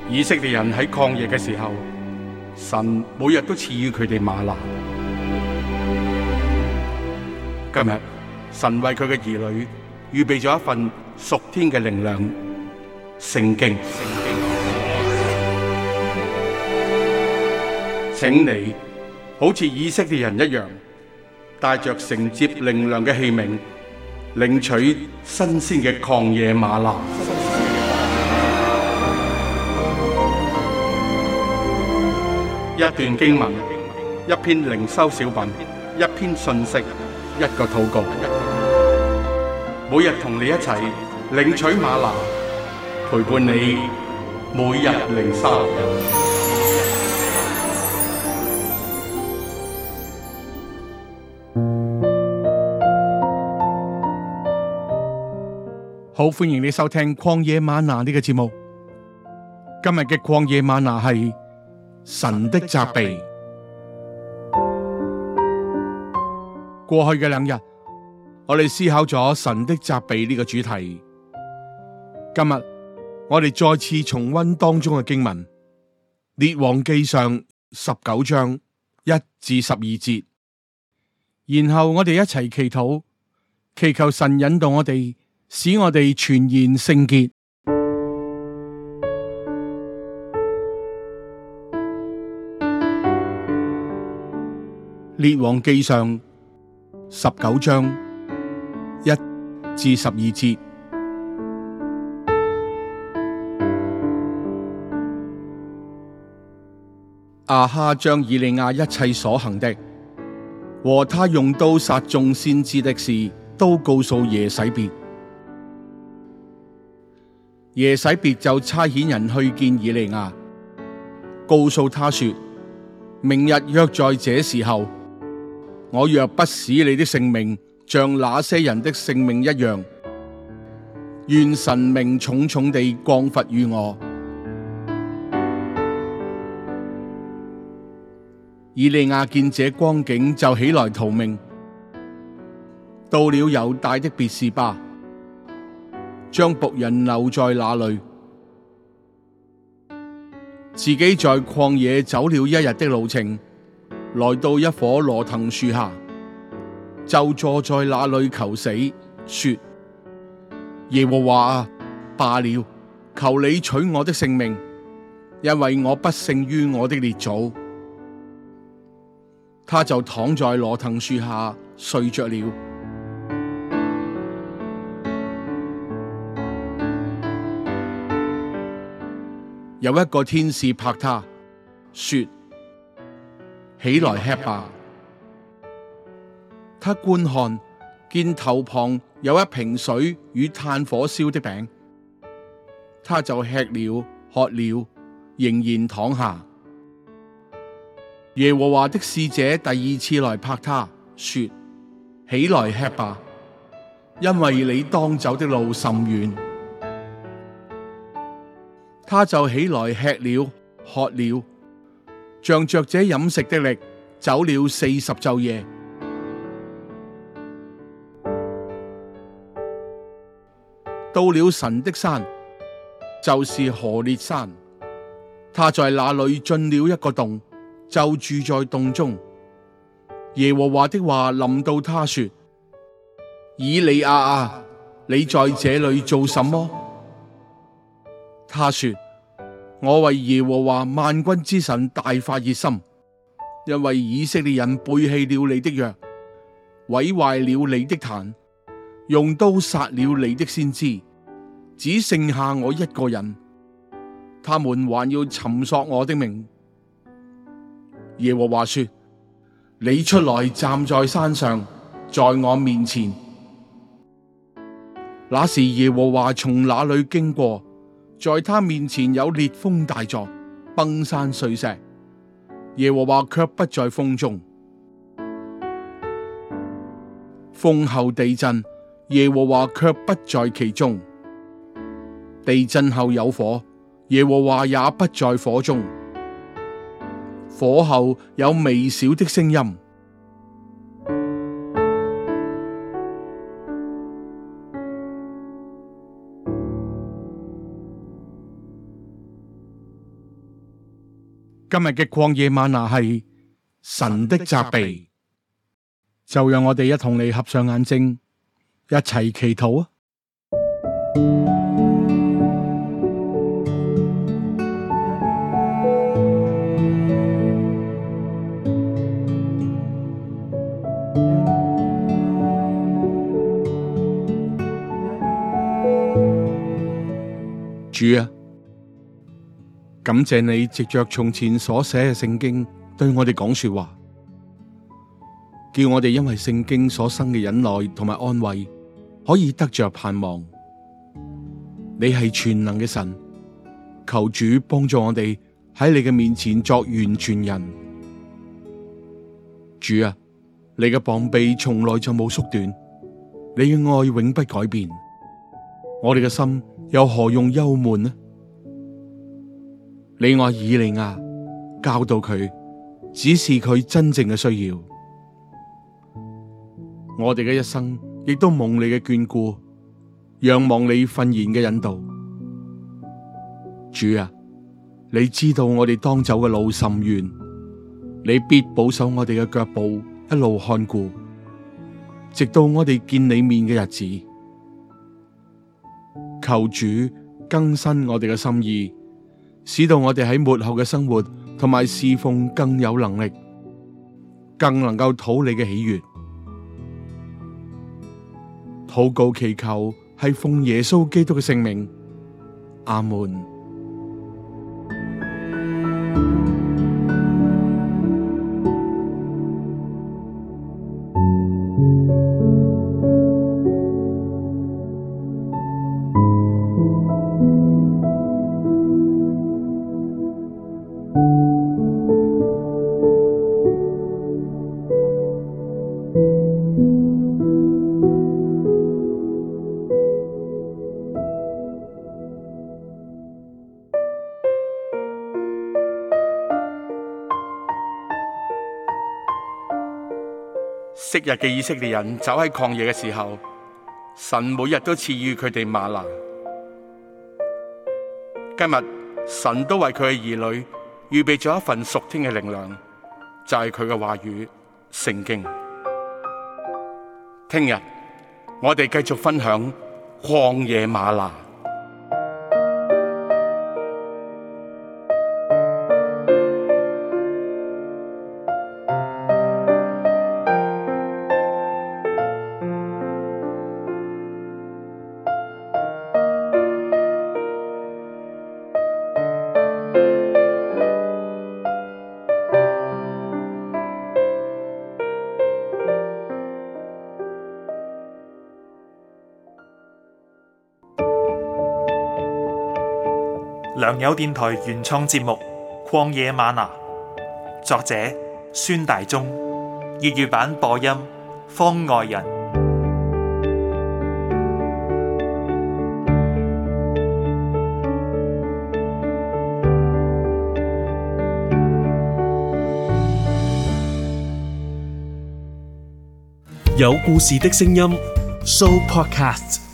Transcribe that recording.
以色列人喺曠野嘅時候，神每日都賜予佢哋嗎哪。今日神為佢嘅兒女預備咗一份屬天嘅靈糧——聖經。請你好似以色列人一樣，帶着承接靈糧嘅器皿，領取新鮮嘅曠野嗎哪。一段經文，一篇靈修小品，一篇信息，一個禱告。每日同你一齊領取嗎哪，陪伴你每日靈修。好，歡迎你收聽曠野嗎哪呢個節目。今日嘅曠野嗎哪係神的責備。過去嘅2日，我哋思考咗神的責備呢個主題。今日我哋再次重溫當中嘅經文，列王記上19章1至12節，然後我哋一齊祈禱，祈求神引導我哋，使我哋全然聖潔。列王記上19章1至12節，亞哈將以利亞一切所行的，和他用刀殺眾先知的事，都告訴耶洗別。耶洗別就差遣人去見以利亞，告訴他說：明日約在這時候，我若不使你的性命像那些人的性命一樣，願神明重重地降罰於我。以利亞見這光景，就起來逃命，到了猶大的別是巴，將僕人留在那裏，自己在曠野走了一日的路程，來到一棵羅藤樹下，就坐在那裏求死，說：耶和華啊，罷了，求你取我的性命，因為我不勝於我的列祖。他就躺在羅藤樹下睡着了。有一個天使拍他，說：起來吃吧。他觀看，見頭旁有一瓶水與炭火燒的餅，他就吃了喝了，仍然躺下。耶和華的使者第2次來拍他，說：起來吃吧，因為你當走的路甚遠。他就起來吃了喝了，仗着這飲食的力，走了40晝夜。到了神的山，就是何烈山，他在那裏進了一個洞，就住在洞中。耶和華的話臨到他說：以利亞啊，你在這裏做什麼？他說：我為耶和華萬軍之神大發熱心，因為以色列人背棄了你的約，毀壞了你的壇，用刀殺了你的先知，只剩下我一個人，他們還要尋索我的命。耶和華說：你出來站在山上，在我面前。那時耶和華從那裏經過，在他面前有烈風大作，崩山碎石，耶和華卻不在風中。風後地震，耶和華卻不在其中。地震後有火，耶和華也不在火中。火後有微小的聲音。 今日嘅曠野嗎哪係神的責備，就讓我哋一同嚟合上眼睛，一齊祈禱啊！主啊，感謝你藉着從前所寫嘅聖經對我哋講說話，叫我哋因為聖經所生嘅忍耐同埋安慰，可以得着盼望。你係全能嘅神，求主幫助我哋喺你嘅面前作完全人。主啊，你嘅膀臂從來就冇縮短，你嘅愛永不改變。我哋嘅心又何用憂悶呢？你愛以利亞，教導佢，指示佢真正嘅需要。我哋嘅一生亦都蒙你嘅眷顧，仰望你訓言嘅引導。主啊，你知道我哋當走嘅路甚遠，你必保守我哋嘅腳步，一路看顧，直到我哋見你面嘅日子。求主更新我哋嘅心意，使到我哋喺末後嘅生活同埋侍奉更有能力，更能夠討你嘅喜悅。禱告祈求係奉耶穌基督嘅聖名，阿門。昔日嘅以色列人走喺曠野嘅時候，神每日都賜予佢哋嗎哪。今日神都為佢嘅兒女預備咗一份屬天嘅靈糧，就係佢嘅話語聖經。聽日我哋繼續分享曠野嗎哪。 良友電台原創節目《曠野嗎哪》，作者孫大中，粵語版播音方外人， 有故事的聲音 Show Podcast。